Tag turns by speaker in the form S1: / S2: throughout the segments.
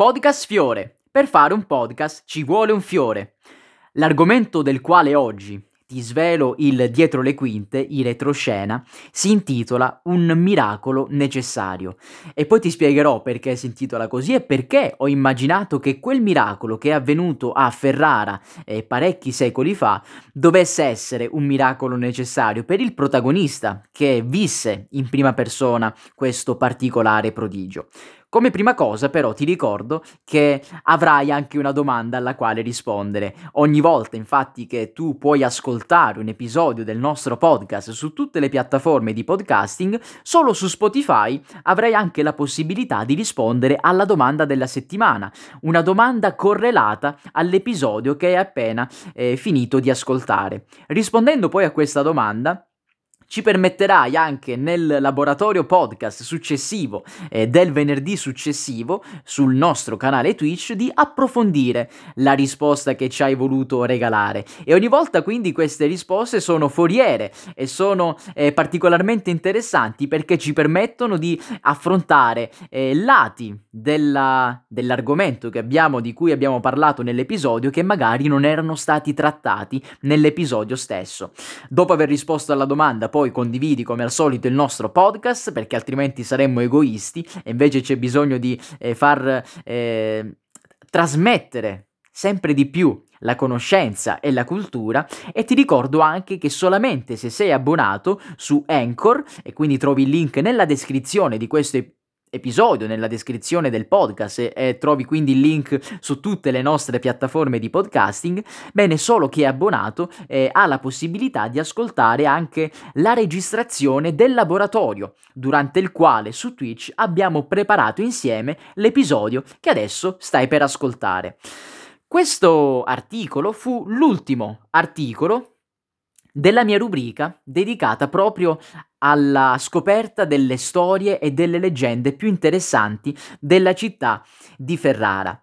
S1: Podcast Fiore. Per fare un podcast ci vuole un fiore. L'argomento del quale oggi ti svelo il dietro le quinte, in retroscena, si intitola Un miracolo necessario. E poi ti spiegherò perché si intitola così e perché ho immaginato che quel miracolo che è avvenuto a Ferrara parecchi secoli fa dovesse essere un miracolo necessario per il protagonista che visse in prima persona questo particolare prodigio. Come prima cosa però ti ricordo che avrai anche una domanda alla quale rispondere. Ogni volta infatti che tu puoi ascoltare un episodio del nostro podcast su tutte le piattaforme di podcasting, solo su Spotify avrai anche la possibilità di rispondere alla domanda della settimana, una domanda correlata all'episodio che hai appena finito di ascoltare. Rispondendo poi a questa domanda, ci permetterai anche nel laboratorio podcast successivo del venerdì successivo sul nostro canale Twitch di approfondire la risposta che ci hai voluto regalare e ogni volta quindi queste risposte sono foriere e sono particolarmente interessanti perché ci permettono di affrontare lati dell'argomento di cui abbiamo parlato nell'episodio che magari non erano stati trattati nell'episodio stesso. Dopo aver risposto alla domanda poi condividi come al solito il nostro podcast perché altrimenti saremmo egoisti e invece c'è bisogno di far trasmettere sempre di più la conoscenza e la cultura e ti ricordo anche che solamente se sei abbonato su Anchor e quindi trovi il link nella descrizione di questo episodio, nella descrizione del podcast e trovi quindi il link su tutte le nostre piattaforme di podcasting, bene, solo chi è abbonato ha la possibilità di ascoltare anche la registrazione del laboratorio, durante il quale su Twitch abbiamo preparato insieme l'episodio che adesso stai per ascoltare. Questo articolo fu l'ultimo articolo della mia rubrica dedicata proprio alla scoperta delle storie e delle leggende più interessanti della città di Ferrara.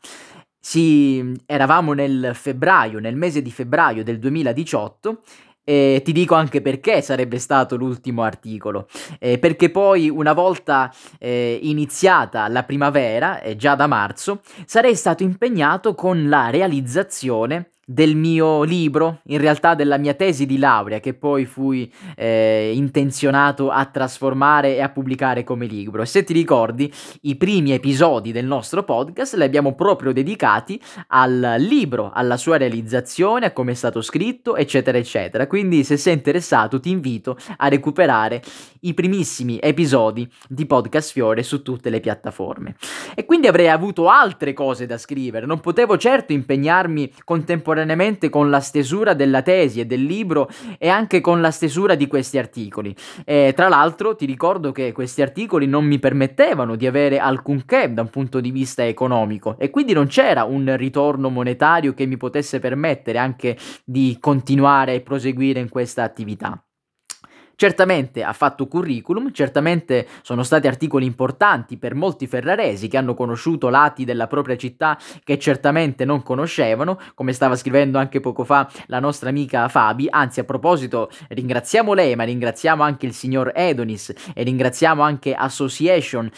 S1: Eravamo nel mese di febbraio del 2018 e ti dico anche perché sarebbe stato l'ultimo articolo, perché poi una volta iniziata la primavera, già da marzo, sarei stato impegnato con la realizzazione del mio libro, in realtà della mia tesi di laurea, che poi fui intenzionato a trasformare e a pubblicare come libro. E se ti ricordi, i primi episodi del nostro podcast li abbiamo proprio dedicati al libro, alla sua realizzazione, a come è stato scritto, eccetera, eccetera. Quindi, se sei interessato, ti invito a recuperare i primissimi episodi di Podcast Fiore su tutte le piattaforme. E quindi avrei avuto altre cose da scrivere, non potevo certo impegnarmi contemporaneamente con la stesura della tesi e del libro e anche con la stesura di questi articoli. E tra l'altro ti ricordo che questi articoli non mi permettevano di avere alcunché da un punto di vista economico e quindi non c'era un ritorno monetario che mi potesse permettere anche di continuare e proseguire in questa attività. Certamente ha fatto curriculum, certamente sono stati articoli importanti per molti ferraresi che hanno conosciuto lati della propria città che certamente non conoscevano, come stava scrivendo anche poco fa la nostra amica Fabi. Anzi, a proposito, ringraziamo lei, ma ringraziamo anche il signor Edonis e ringraziamo anche Association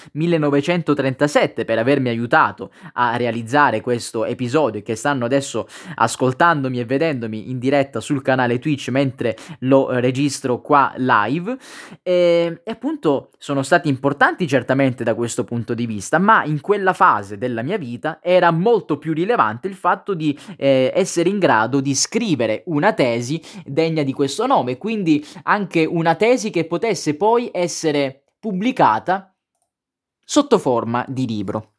S1: 1937 per avermi aiutato a realizzare questo episodio e che stanno adesso ascoltandomi e vedendomi in diretta sul canale Twitch mentre lo registro qua live e appunto sono stati importanti certamente da questo punto di vista, ma in quella fase della mia vita era molto più rilevante il fatto di essere in grado di scrivere una tesi degna di questo nome, quindi anche una tesi che potesse poi essere pubblicata sotto forma di libro.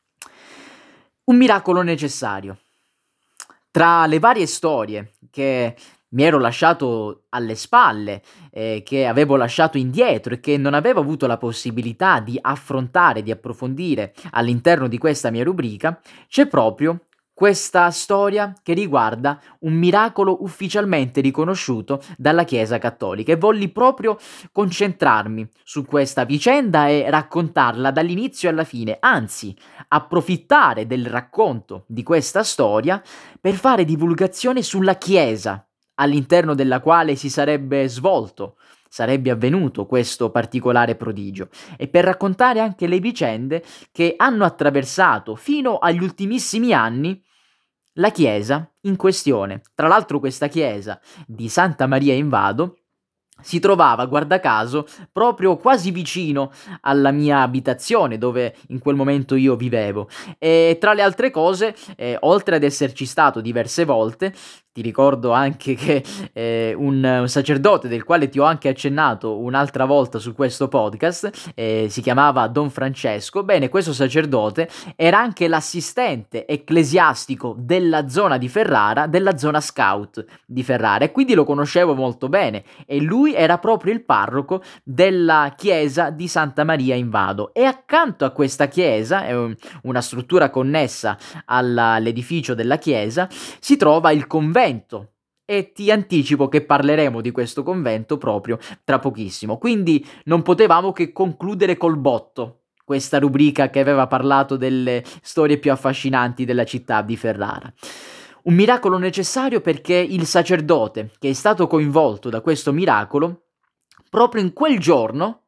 S1: Un miracolo necessario. Tra le varie storie che mi ero lasciato alle spalle, che avevo lasciato indietro e che non avevo avuto la possibilità di affrontare, di approfondire all'interno di questa mia rubrica, c'è proprio questa storia che riguarda un miracolo ufficialmente riconosciuto dalla Chiesa Cattolica e volli proprio concentrarmi su questa vicenda e raccontarla dall'inizio alla fine, anzi, approfittare del racconto di questa storia per fare divulgazione sulla Chiesa all'interno della quale si sarebbe sarebbe avvenuto questo particolare prodigio e per raccontare anche le vicende che hanno attraversato fino agli ultimissimi anni la chiesa in questione. Tra l'altro questa chiesa di Santa Maria in Vado si trovava, guarda caso, proprio quasi vicino alla mia abitazione dove in quel momento io vivevo. E tra le altre cose, oltre ad esserci stato diverse volte, ti ricordo anche che un sacerdote del quale ti ho anche accennato un'altra volta su questo podcast, si chiamava Don Francesco. Bene, questo sacerdote era anche l'assistente ecclesiastico della zona di Ferrara, della zona scout di Ferrara, e quindi lo conoscevo molto bene e lui era proprio il parroco della chiesa di Santa Maria in Vado e accanto a questa chiesa, una struttura connessa all'edificio della chiesa, si trova il convento e ti anticipo che parleremo di questo convento proprio tra pochissimo, quindi non potevamo che concludere col botto questa rubrica che aveva parlato delle storie più affascinanti della città di Ferrara. Un miracolo necessario perché il sacerdote che è stato coinvolto da questo miracolo, proprio in quel giorno,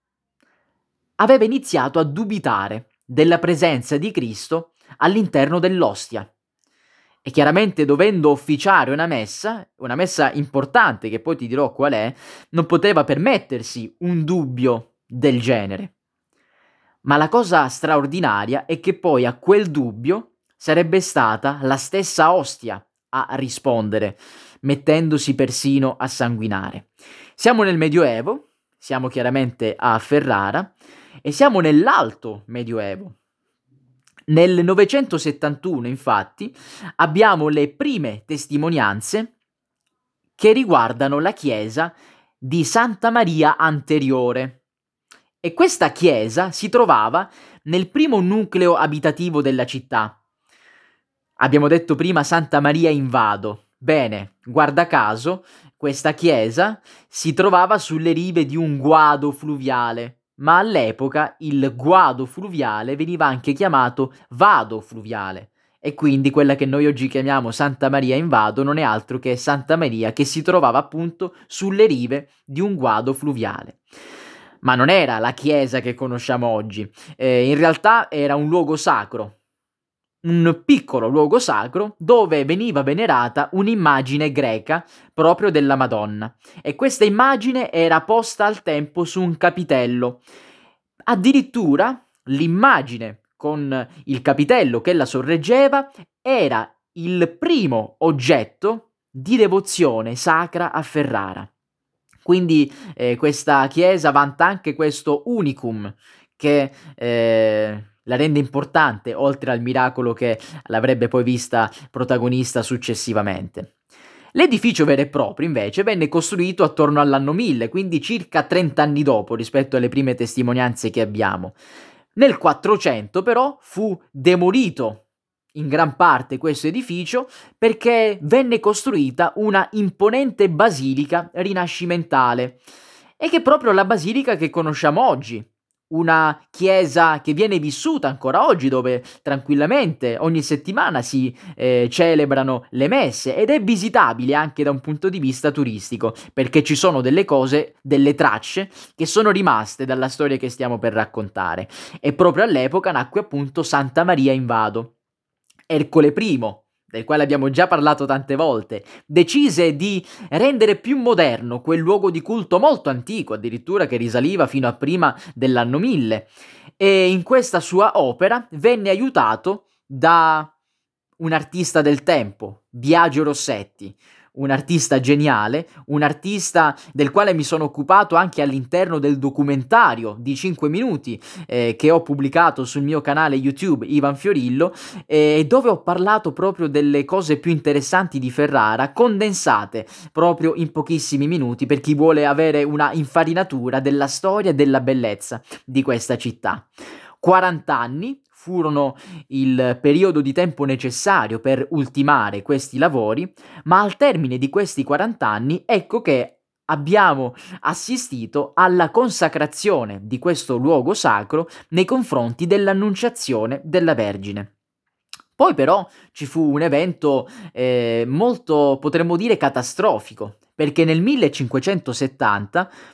S1: aveva iniziato a dubitare della presenza di Cristo all'interno dell'ostia. E chiaramente dovendo officiare una messa importante, che poi ti dirò qual è, non poteva permettersi un dubbio del genere. Ma la cosa straordinaria è che poi a quel dubbio sarebbe stata la stessa ostia a rispondere, mettendosi persino a sanguinare. Siamo nel Medioevo, siamo chiaramente a Ferrara e siamo nell'Alto Medioevo. Nel 971, infatti, abbiamo le prime testimonianze che riguardano la chiesa di Santa Maria Anteriore. E questa chiesa si trovava nel primo nucleo abitativo della città. Abbiamo detto prima Santa Maria in Vado. Bene, guarda caso, questa chiesa si trovava sulle rive di un guado fluviale, ma all'epoca il guado fluviale veniva anche chiamato vado fluviale. E quindi quella che noi oggi chiamiamo Santa Maria in Vado non è altro che Santa Maria che si trovava appunto sulle rive di un guado fluviale. Ma non era la chiesa che conosciamo oggi, in realtà era un luogo sacro, un piccolo luogo sacro dove veniva venerata un'immagine greca proprio della Madonna e questa immagine era posta al tempo su un capitello. Addirittura l'immagine con il capitello che la sorreggeva era il primo oggetto di devozione sacra a Ferrara. Quindi questa chiesa vanta anche questo unicum che la rende importante, oltre al miracolo che l'avrebbe poi vista protagonista successivamente. L'edificio vero e proprio, invece, venne costruito attorno all'anno 1000, quindi circa 30 anni dopo rispetto alle prime testimonianze che abbiamo. Nel 400 però fu demolito in gran parte questo edificio perché venne costruita una imponente basilica rinascimentale e che è proprio la basilica che conosciamo oggi. Una chiesa che viene vissuta ancora oggi, dove tranquillamente ogni settimana si celebrano le messe ed è visitabile anche da un punto di vista turistico, perché ci sono delle cose, delle tracce che sono rimaste dalla storia che stiamo per raccontare. E proprio all'epoca nacque appunto Santa Maria in Vado. Ercole I, del quale abbiamo già parlato tante volte, decise di rendere più moderno quel luogo di culto molto antico, addirittura che risaliva fino a prima dell'anno 1000, e in questa sua opera venne aiutato da un artista del tempo, Biagio Rossetti, un artista geniale, un artista del quale mi sono occupato anche all'interno del documentario di 5 minuti che ho pubblicato sul mio canale YouTube Ivan Fiorillo, dove ho parlato proprio delle cose più interessanti di Ferrara, condensate proprio in pochissimi minuti per chi vuole avere una infarinatura della storia e della bellezza di questa città. 40 anni furono il periodo di tempo necessario per ultimare questi lavori, ma al termine di questi 40 anni ecco che abbiamo assistito alla consacrazione di questo luogo sacro nei confronti dell'Annunciazione della Vergine. Poi però ci fu un evento molto, potremmo dire, catastrofico, perché nel 1570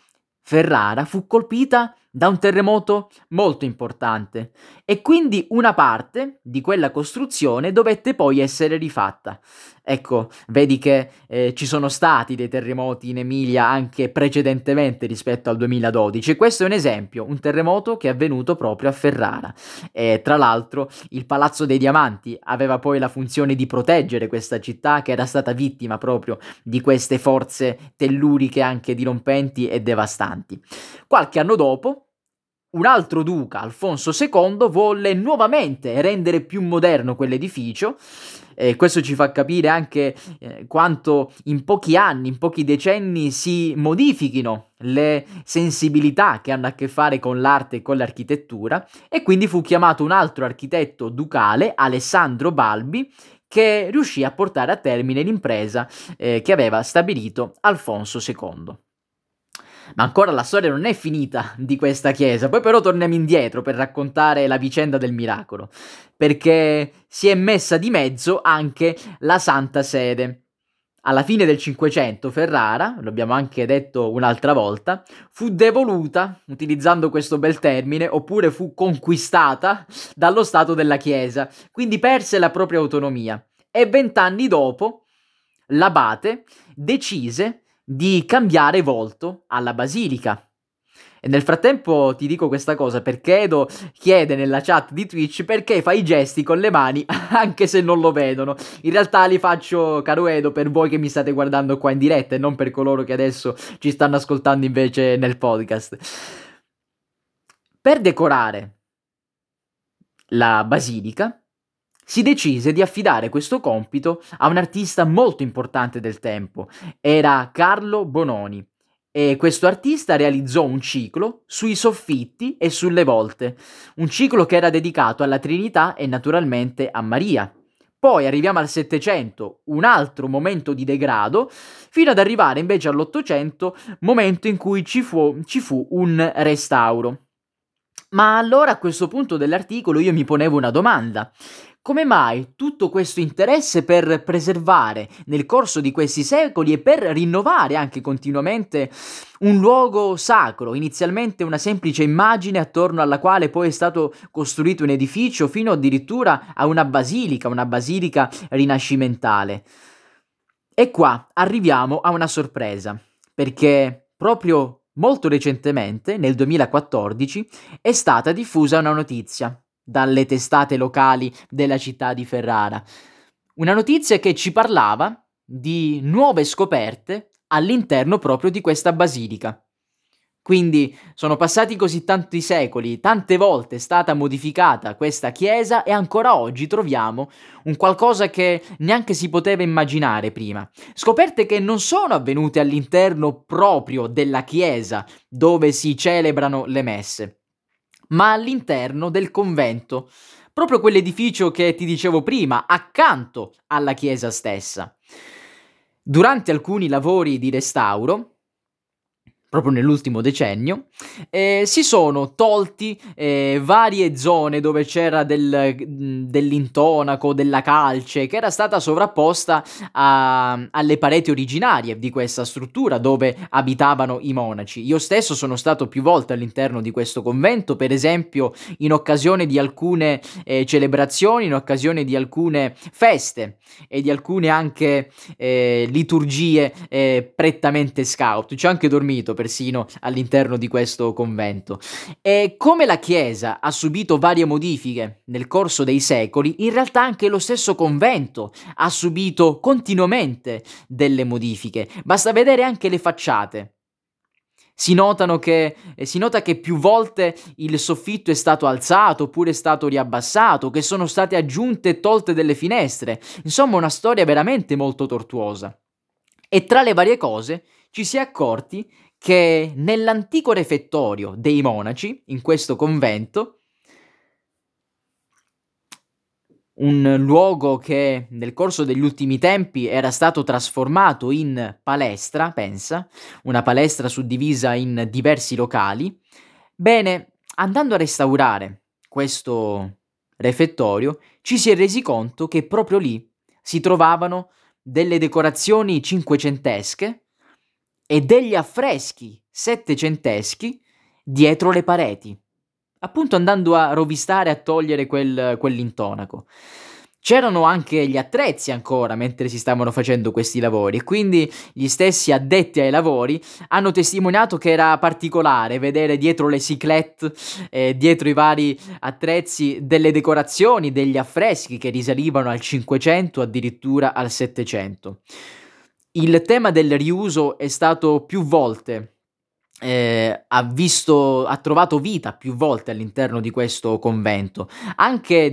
S1: Ferrara fu colpita da un terremoto molto importante e quindi una parte di quella costruzione dovette poi essere rifatta. Ecco, vedi che ci sono stati dei terremoti in Emilia anche precedentemente rispetto al 2012. Questo è un esempio, un terremoto che è avvenuto proprio a Ferrara. E tra l'altro il Palazzo dei Diamanti aveva poi la funzione di proteggere questa città che era stata vittima proprio di queste forze telluriche anche dirompenti e devastanti. Qualche anno dopo, un altro duca, Alfonso II, volle nuovamente rendere più moderno quell'edificio. Questo ci fa capire anche quanto in pochi anni, in pochi decenni si modifichino le sensibilità che hanno a che fare con l'arte e con l'architettura, e quindi fu chiamato un altro architetto ducale, Alessandro Balbi, che riuscì a portare a termine l'impresa che aveva stabilito Alfonso II. Ma ancora la storia non è finita di questa chiesa, poi però torniamo indietro per raccontare la vicenda del miracolo, perché si è messa di mezzo anche la Santa Sede. Alla fine del Cinquecento Ferrara, lo abbiamo anche detto un'altra volta, fu devoluta, utilizzando questo bel termine, oppure fu conquistata dallo Stato della Chiesa, quindi perse la propria autonomia. E 20 anni dopo l'abate decise di cambiare volto alla basilica. E nel frattempo ti dico questa cosa perché Edo chiede nella chat di Twitch perché fai i gesti con le mani anche se non lo vedono. In realtà li faccio, caro Edo, per voi che mi state guardando qua in diretta e non per coloro che adesso ci stanno ascoltando invece nel podcast. Per decorare la basilica si decise di affidare questo compito a un artista molto importante del tempo. Era Carlo Bononi. E questo artista realizzò un ciclo sui soffitti e sulle volte, un ciclo che era dedicato alla Trinità e naturalmente a Maria. Poi arriviamo al Settecento, un altro momento di degrado, fino ad arrivare invece all'Ottocento, momento in cui ci fu un restauro. Ma allora a questo punto dell'articolo io mi ponevo una domanda. Come mai tutto questo interesse per preservare nel corso di questi secoli e per rinnovare anche continuamente un luogo sacro, inizialmente una semplice immagine attorno alla quale poi è stato costruito un edificio fino addirittura a una basilica rinascimentale? E qua arriviamo a una sorpresa, perché proprio molto recentemente, nel 2014, è stata diffusa una notizia dalle testate locali della città di Ferrara. Una notizia che ci parlava di nuove scoperte all'interno proprio di questa basilica. Quindi sono passati così tanti secoli, tante volte è stata modificata questa chiesa e ancora oggi troviamo un qualcosa che neanche si poteva immaginare prima. Scoperte che non sono avvenute all'interno proprio della chiesa dove si celebrano le messe, ma all'interno del convento, proprio quell'edificio che ti dicevo prima, accanto alla chiesa stessa. Durante alcuni lavori di restauro, proprio nell'ultimo decennio, si sono tolti varie zone dove c'era dell'intonaco, della calce, che era stata sovrapposta alle pareti originarie di questa struttura dove abitavano i monaci. Io stesso sono stato più volte all'interno di questo convento, per esempio in occasione di alcune celebrazioni, in occasione di alcune feste e di alcune anche liturgie prettamente scout. Ci ho anche dormito persino all'interno di questo convento. E come la Chiesa ha subito varie modifiche nel corso dei secoli, in realtà anche lo stesso convento ha subito continuamente delle modifiche. Basta vedere anche le facciate. Si nota che più volte il soffitto è stato alzato oppure è stato riabbassato, che sono state aggiunte e tolte delle finestre. Insomma, una storia veramente molto tortuosa. E tra le varie cose ci si è accorti che nell'antico refettorio dei monaci, in questo convento, un luogo che nel corso degli ultimi tempi era stato trasformato in palestra, pensa, una palestra suddivisa in diversi locali. Bene, andando a restaurare questo refettorio, ci si è resi conto che proprio lì si trovavano delle decorazioni cinquecentesche e degli affreschi settecenteschi dietro le pareti, appunto andando a rovistare, a togliere quell'intonaco. C'erano anche gli attrezzi ancora mentre si stavano facendo questi lavori, e quindi gli stessi addetti ai lavori hanno testimoniato che era particolare vedere dietro le cyclette, dietro i vari attrezzi, delle decorazioni, degli affreschi che risalivano al 500, addirittura al 700. Il tema del riuso è stato più volte ha trovato vita più volte all'interno di questo convento. Anche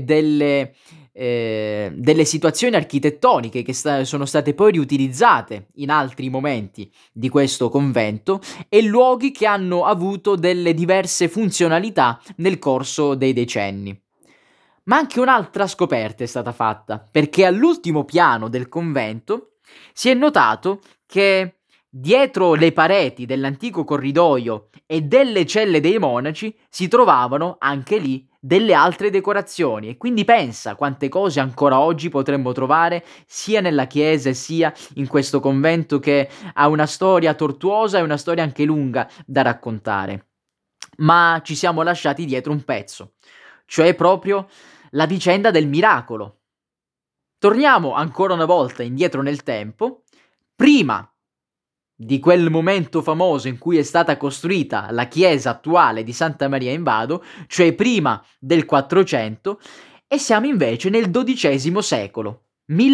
S1: delle situazioni architettoniche che sono state poi riutilizzate in altri momenti di questo convento, e luoghi che hanno avuto delle diverse funzionalità nel corso dei decenni. Ma anche un'altra scoperta è stata fatta, perché all'ultimo piano del convento si è notato che dietro le pareti dell'antico corridoio e delle celle dei monaci si trovavano anche lì delle altre decorazioni, e quindi pensa quante cose ancora oggi potremmo trovare sia nella chiesa sia in questo convento, che ha una storia tortuosa e una storia anche lunga da raccontare. Ma ci siamo lasciati dietro un pezzo, cioè proprio la vicenda del miracolo. Torniamo ancora una volta indietro nel tempo, prima di quel momento famoso in cui è stata costruita la chiesa attuale di Santa Maria in Vado, cioè prima del 400, e siamo invece nel XII secolo,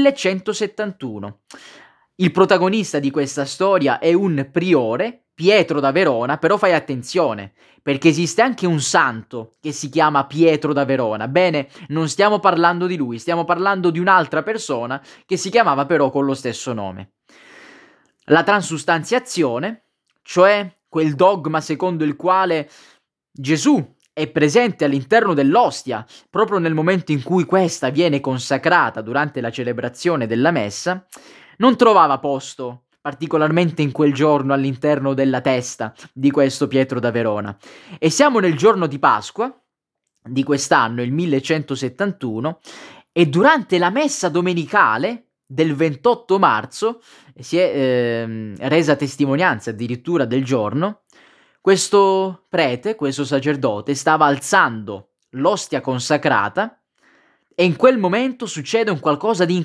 S1: 1171. Il protagonista di questa storia è un priore, Pietro da Verona, però fai attenzione, perché esiste anche un santo che si chiama Pietro da Verona. Bene, non stiamo parlando di lui, stiamo parlando di un'altra persona che si chiamava però con lo stesso nome. La transustanziazione, cioè quel dogma secondo il quale Gesù è presente all'interno dell'ostia proprio nel momento in cui questa viene consacrata durante la celebrazione della messa, non trovava posto particolarmente in quel giorno all'interno della testa di questo Pietro da Verona. E siamo nel giorno di Pasqua di quest'anno, il 1171, e durante la messa domenicale del 28 marzo si è resa testimonianza addirittura del giorno. Questo prete, questo sacerdote, stava alzando l'ostia consacrata, e in quel momento succede un qualcosa di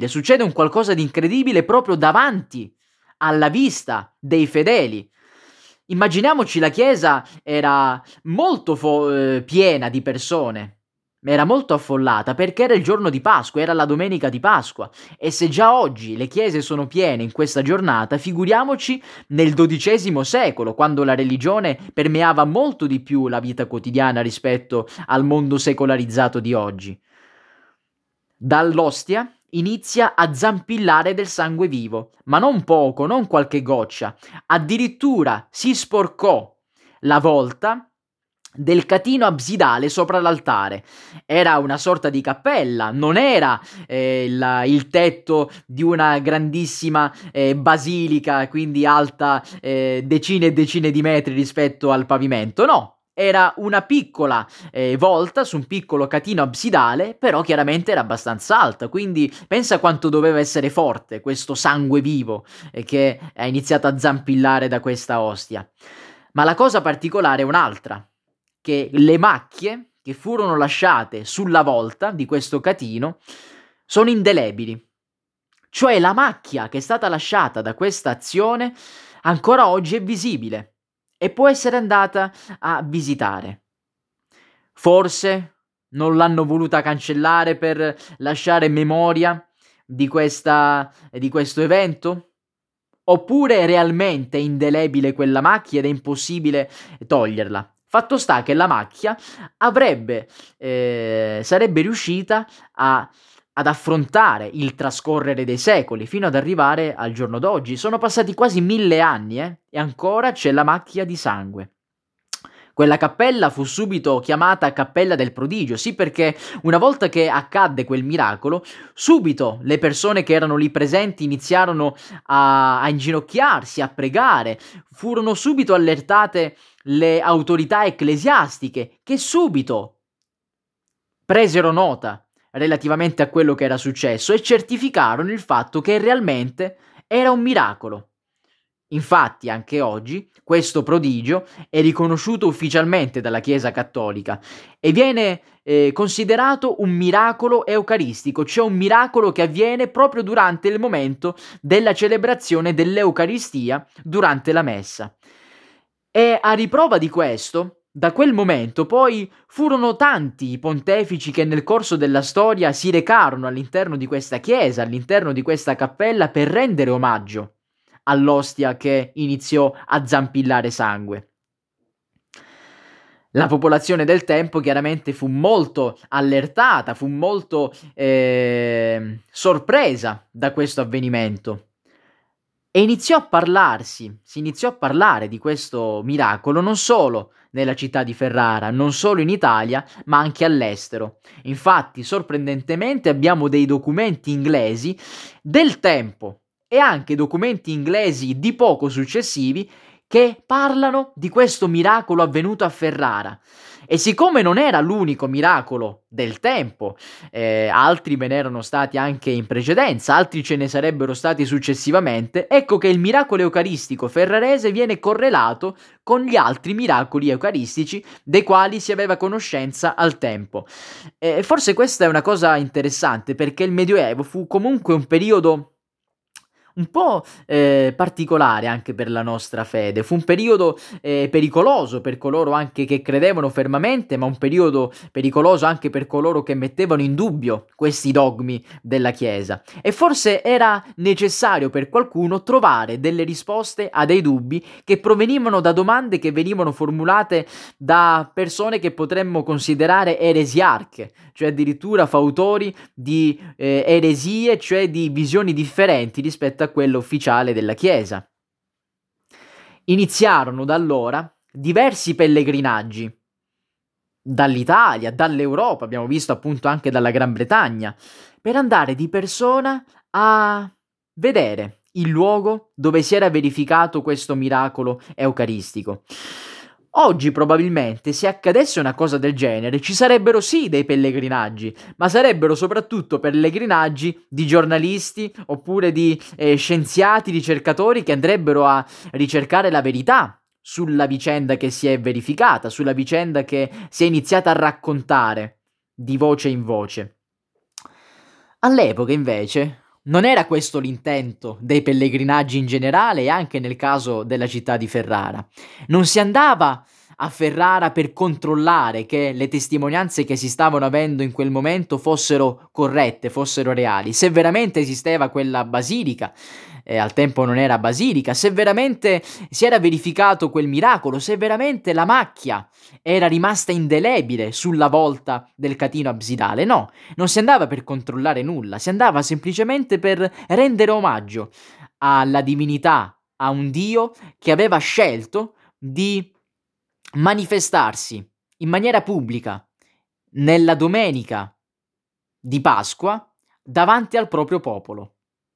S1: incredibile proprio davanti alla vista dei fedeli. Immaginiamoci, la chiesa era molto piena di persone, era molto affollata perché era il giorno di Pasqua, era la domenica di Pasqua, e se già oggi le chiese sono piene in questa giornata, figuriamoci nel XII secolo, quando la religione permeava molto di più la vita quotidiana rispetto al mondo secolarizzato di oggi. Dall'ostia inizia a zampillare del sangue vivo, ma non poco, non qualche goccia, addirittura si sporcò la volta del catino absidale sopra l'altare. Era una sorta di cappella, non era il tetto di una grandissima basilica, quindi alta decine e decine di metri rispetto al pavimento, no. Era una piccola volta su un piccolo catino absidale, però chiaramente era abbastanza alta, quindi pensa quanto doveva essere forte questo sangue vivo che ha iniziato a zampillare da questa ostia. Ma la cosa particolare è un'altra, che le macchie che furono lasciate sulla volta di questo catino sono indelebili. Cioè la macchia che è stata lasciata da questa azione ancora oggi è visibile e può essere andata a visitare. Forse non l'hanno voluta cancellare per lasciare memoria di questo evento? Oppure è realmente indelebile quella macchia ed è impossibile toglierla? Fatto sta che la macchia sarebbe riuscita ad affrontare il trascorrere dei secoli fino ad arrivare al giorno d'oggi. Sono passati quasi 1000 anni, e ancora c'è la macchia di sangue. Quella cappella fu subito chiamata Cappella del Prodigio, sì, perché una volta che accadde quel miracolo, subito le persone che erano lì presenti iniziarono a inginocchiarsi, a pregare, furono subito allertate le autorità ecclesiastiche, che subito presero nota relativamente a quello che era successo e certificarono il fatto che realmente era un miracolo. Infatti, anche oggi, questo prodigio è riconosciuto ufficialmente dalla Chiesa Cattolica e viene considerato un miracolo eucaristico, cioè un miracolo che avviene proprio durante il momento della celebrazione dell'Eucaristia durante la Messa. E a riprova di questo, da quel momento poi furono tanti i pontefici che nel corso della storia si recarono all'interno di questa chiesa, all'interno di questa cappella per rendere omaggio all'ostia che iniziò a zampillare sangue. La popolazione del tempo chiaramente fu molto allertata, fu molto sorpresa da questo avvenimento e si iniziò a parlare di questo miracolo non solo nella città di Ferrara, non solo in Italia, ma anche all'estero. Infatti, sorprendentemente, abbiamo dei documenti inglesi del tempo e anche documenti inglesi di poco successivi che parlano di questo miracolo avvenuto a Ferrara. E siccome non era l'unico miracolo del tempo, altri ve ne erano stati anche in precedenza, altri ce ne sarebbero stati successivamente, ecco che il miracolo eucaristico ferrarese viene correlato con gli altri miracoli eucaristici dei quali si aveva conoscenza al tempo. Forse questa è una cosa interessante perché il Medioevo fu comunque un periodo un po' particolare anche per la nostra fede. Fu un periodo pericoloso per coloro anche che credevano fermamente, ma un periodo pericoloso anche per coloro che mettevano in dubbio questi dogmi della Chiesa. E forse era necessario per qualcuno trovare delle risposte a dei dubbi che provenivano da domande che venivano formulate da persone che potremmo considerare eresiarche, cioè addirittura fautori di eresie, cioè di visioni differenti rispetto a quella ufficiale della Chiesa. Iniziarono da allora diversi pellegrinaggi dall'Italia, dall'Europa, abbiamo visto appunto anche dalla Gran Bretagna, per andare di persona a vedere il luogo dove si era verificato questo miracolo eucaristico. Oggi probabilmente se accadesse una cosa del genere ci sarebbero sì dei pellegrinaggi, ma sarebbero soprattutto pellegrinaggi di giornalisti oppure di scienziati, ricercatori che andrebbero a ricercare la verità sulla vicenda che si è verificata, sulla vicenda che si è iniziata a raccontare di voce in voce. All'epoca invece non era questo l'intento dei pellegrinaggi in generale e anche nel caso della città di Ferrara. Non si andava a Ferrara per controllare che le testimonianze che si stavano avendo in quel momento fossero corrette, fossero reali. Se veramente esisteva quella basilica, al tempo non era basilica, se veramente si era verificato quel miracolo, se veramente la macchia era rimasta indelebile sulla volta del catino absidale. No, non si andava per controllare nulla, si andava semplicemente per rendere omaggio alla divinità, a un Dio che aveva scelto di manifestarsi in maniera pubblica nella domenica di Pasqua davanti al proprio popolo.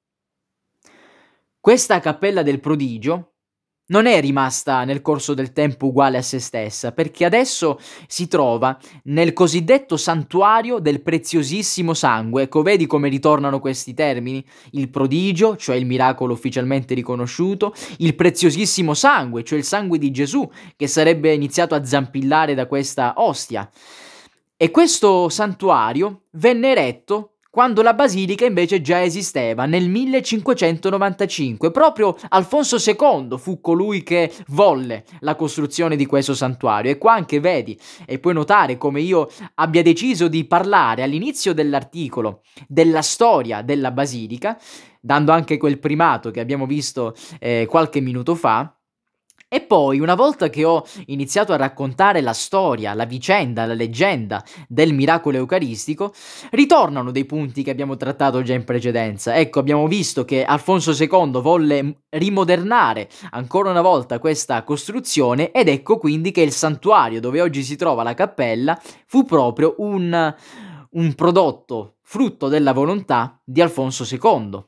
S1: Questa cappella del prodigio non è rimasta nel corso del tempo uguale a se stessa, perché adesso si trova nel cosiddetto santuario del preziosissimo sangue. Ecco, vedi come ritornano questi termini? Il prodigio, cioè il miracolo ufficialmente riconosciuto, il preziosissimo sangue, cioè il sangue di Gesù, che sarebbe iniziato a zampillare da questa ostia. E questo santuario venne eretto quando la basilica invece già esisteva nel 1595. Proprio Alfonso II fu colui che volle la costruzione di questo santuario. E qua anche vedi e puoi notare come io abbia deciso di parlare all'inizio dell'articolo della storia della basilica, dando anche quel primato che abbiamo visto qualche minuto fa. E poi, una volta che ho iniziato a raccontare la storia, la vicenda, la leggenda del miracolo eucaristico, ritornano dei punti che abbiamo trattato già in precedenza. Ecco, abbiamo visto che Alfonso II volle rimodernare ancora una volta questa costruzione ed ecco quindi che il santuario dove oggi si trova la cappella fu proprio un prodotto frutto della volontà di Alfonso II.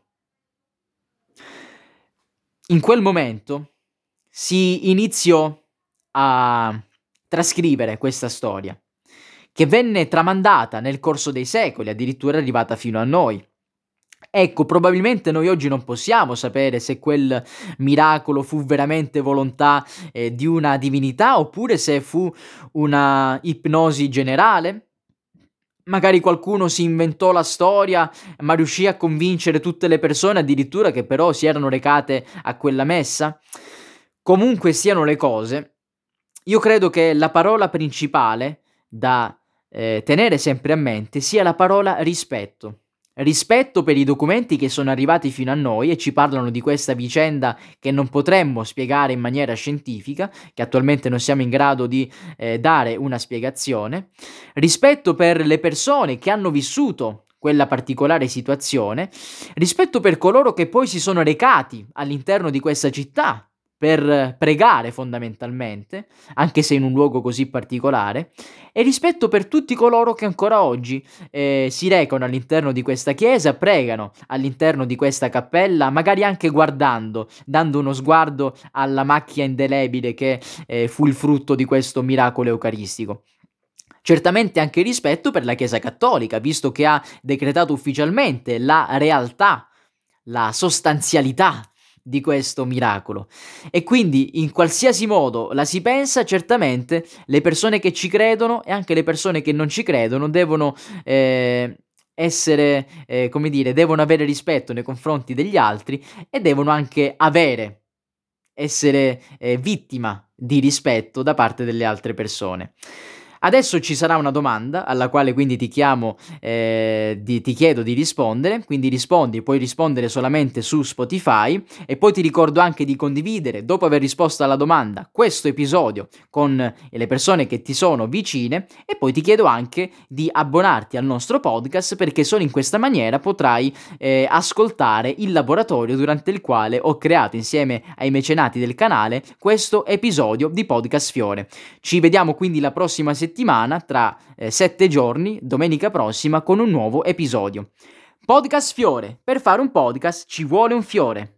S1: In quel momento si iniziò a trascrivere questa storia, che venne tramandata nel corso dei secoli, addirittura arrivata fino a noi. Ecco, probabilmente noi oggi non possiamo sapere se quel miracolo fu veramente volontà, di una divinità oppure se fu una ipnosi generale. Magari qualcuno si inventò la storia, ma riuscì a convincere tutte le persone addirittura che però si erano recate a quella messa. Comunque siano le cose, io credo che la parola principale da, tenere sempre a mente sia la parola rispetto. Rispetto per i documenti che sono arrivati fino a noi e ci parlano di questa vicenda che non potremmo spiegare in maniera scientifica, che attualmente non siamo in grado di, dare una spiegazione. Rispetto per le persone che hanno vissuto quella particolare situazione, rispetto per coloro che poi si sono recati all'interno di questa città per pregare fondamentalmente, anche se in un luogo così particolare, e rispetto per tutti coloro che ancora oggi, si recano all'interno di questa chiesa, pregano all'interno di questa cappella, magari anche guardando, dando uno sguardo alla macchia indelebile che, fu il frutto di questo miracolo eucaristico. Certamente anche rispetto per la Chiesa cattolica, visto che ha decretato ufficialmente la realtà, la sostanzialità di questo miracolo. E quindi in qualsiasi modo la si pensa, certamente le persone che ci credono e anche le persone che non ci credono devono, essere, come dire, devono avere rispetto nei confronti degli altri e devono anche essere, vittima di rispetto da parte delle altre persone. Adesso ci sarà una domanda alla quale quindi ti chiedo di rispondere, quindi rispondi, puoi rispondere solamente su Spotify e poi ti ricordo anche di condividere, dopo aver risposto alla domanda, questo episodio con le persone che ti sono vicine e poi ti chiedo anche di abbonarti al nostro podcast perché solo in questa maniera potrai ascoltare il laboratorio durante il quale ho creato insieme ai mecenati del canale questo episodio di Podcast Fiore. Ci vediamo quindi la prossima settimana, tra 7 giorni, domenica prossima, con un nuovo episodio. Podcast Fiore. Per fare un podcast ci vuole un fiore.